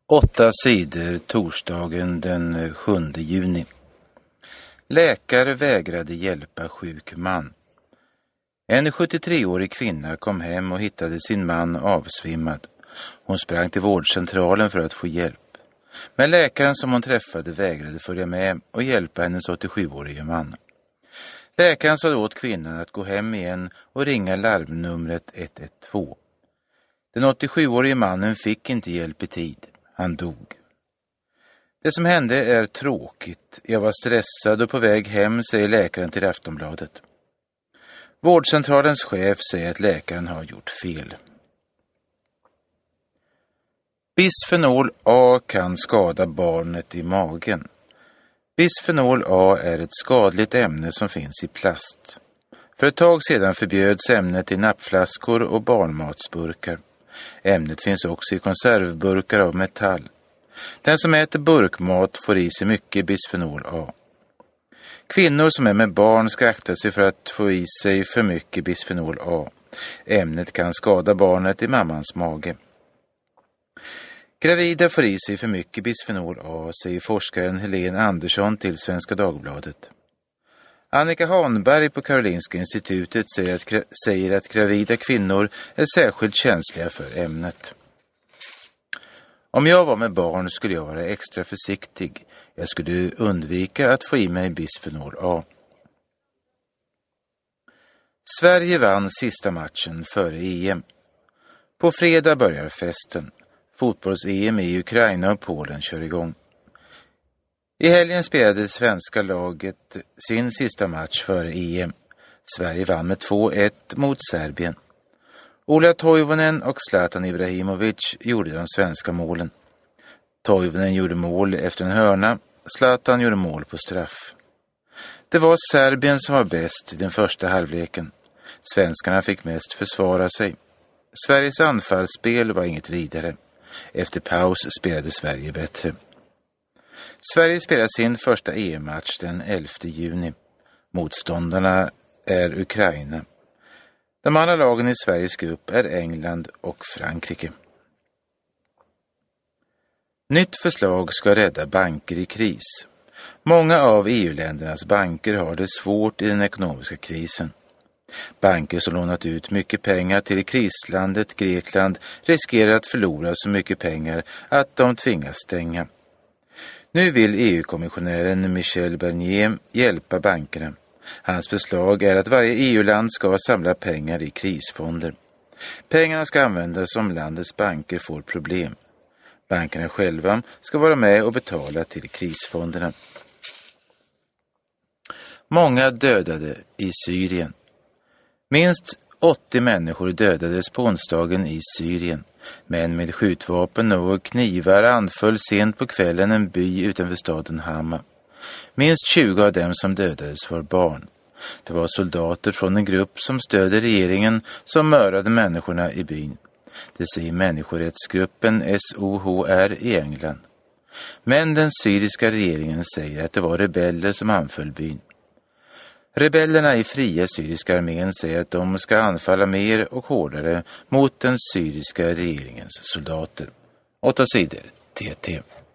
8 sidor torsdagen den 7 juni. Läkare vägrade hjälpa sjuk man. En 73-årig kvinna kom hem och hittade sin man avsvimmad. Hon sprang till vårdcentralen för att få hjälp. Men läkaren som hon träffade vägrade följa med och hjälpa hennes 87-årige man. Läkaren sa åt kvinnan att gå hem igen och ringa larmnumret 112. Den 87-årige mannen fick inte hjälp i tid. Han dog. Det som hände är tråkigt. Jag var stressad och på väg hem, säger läkaren till Aftonbladet. Vårdcentralens chef säger att läkaren har gjort fel. Bisfenol A kan skada barnet i magen. Bisfenol A är ett skadligt ämne som finns i plast. För ett tag sedan förbjöds ämnet i nappflaskor och barnmatsburkar. Ämnet finns också i konservburkar av metall. Den som äter burkmat får i sig mycket bisfenol A. Kvinnor som är med barn ska akta sig för att få i sig för mycket bisfenol A. Ämnet kan skada barnet i mammans mage. Gravida får i sig för mycket bisfenol A, säger forskaren Helene Andersson till Svenska Dagbladet. Annika Hanberg på Karolinska institutet säger att gravida kvinnor är särskilt känsliga för ämnet. Om jag var med barn skulle jag vara extra försiktig. Jag skulle undvika att få i mig bisfenol A. Sverige vann sista matchen före EM. På fredag börjar festen. Fotbolls-EM i Ukraina och Polen kör igång. I helgen spelade det svenska laget sin sista match före EM. Sverige vann med 2-1 mot Serbien. Ola Toivonen och Zlatan Ibrahimovic gjorde de svenska målen. Toivonen gjorde mål efter en hörna. Zlatan gjorde mål på straff. Det var Serbien som var bäst i den första halvleken. Svenskarna fick mest försvara sig. Sveriges anfallsspel var inget vidare. Efter paus spelade Sverige bättre. Sverige spelar sin första EM-match den 11 juni. Motståndarna är Ukraina. De andra lagen i Sveriges grupp är England och Frankrike. Nytt förslag ska rädda banker i kris. Många av EU-ländernas banker har det svårt i den ekonomiska krisen. Banker som lånat ut mycket pengar till krislandet Grekland riskerar att förlora så mycket pengar att de tvingas stänga. Nu vill EU-kommissionären Michel Barnier hjälpa bankerna. Hans förslag är att varje EU-land ska samla pengar i krisfonder. Pengarna ska användas om landets banker får problem. Bankerna själva ska vara med och betala till krisfonderna. Många dödade i Syrien. Minst 80 människor dödades på onsdagen i Syrien. Män med skjutvapen och knivar anföll sent på kvällen en by utanför staden Hama. Minst 20 av dem som dödades var barn. Det var soldater från en grupp som stödde regeringen som mördade människorna i byn. Det säger människorättsgruppen SOHR i England. Men den syriska regeringen säger att det var rebeller som anföll byn. Rebellerna i fria syriska armén säger att de ska anfalla mer och hårdare mot den syriska regeringens soldater. 8 sidor TT.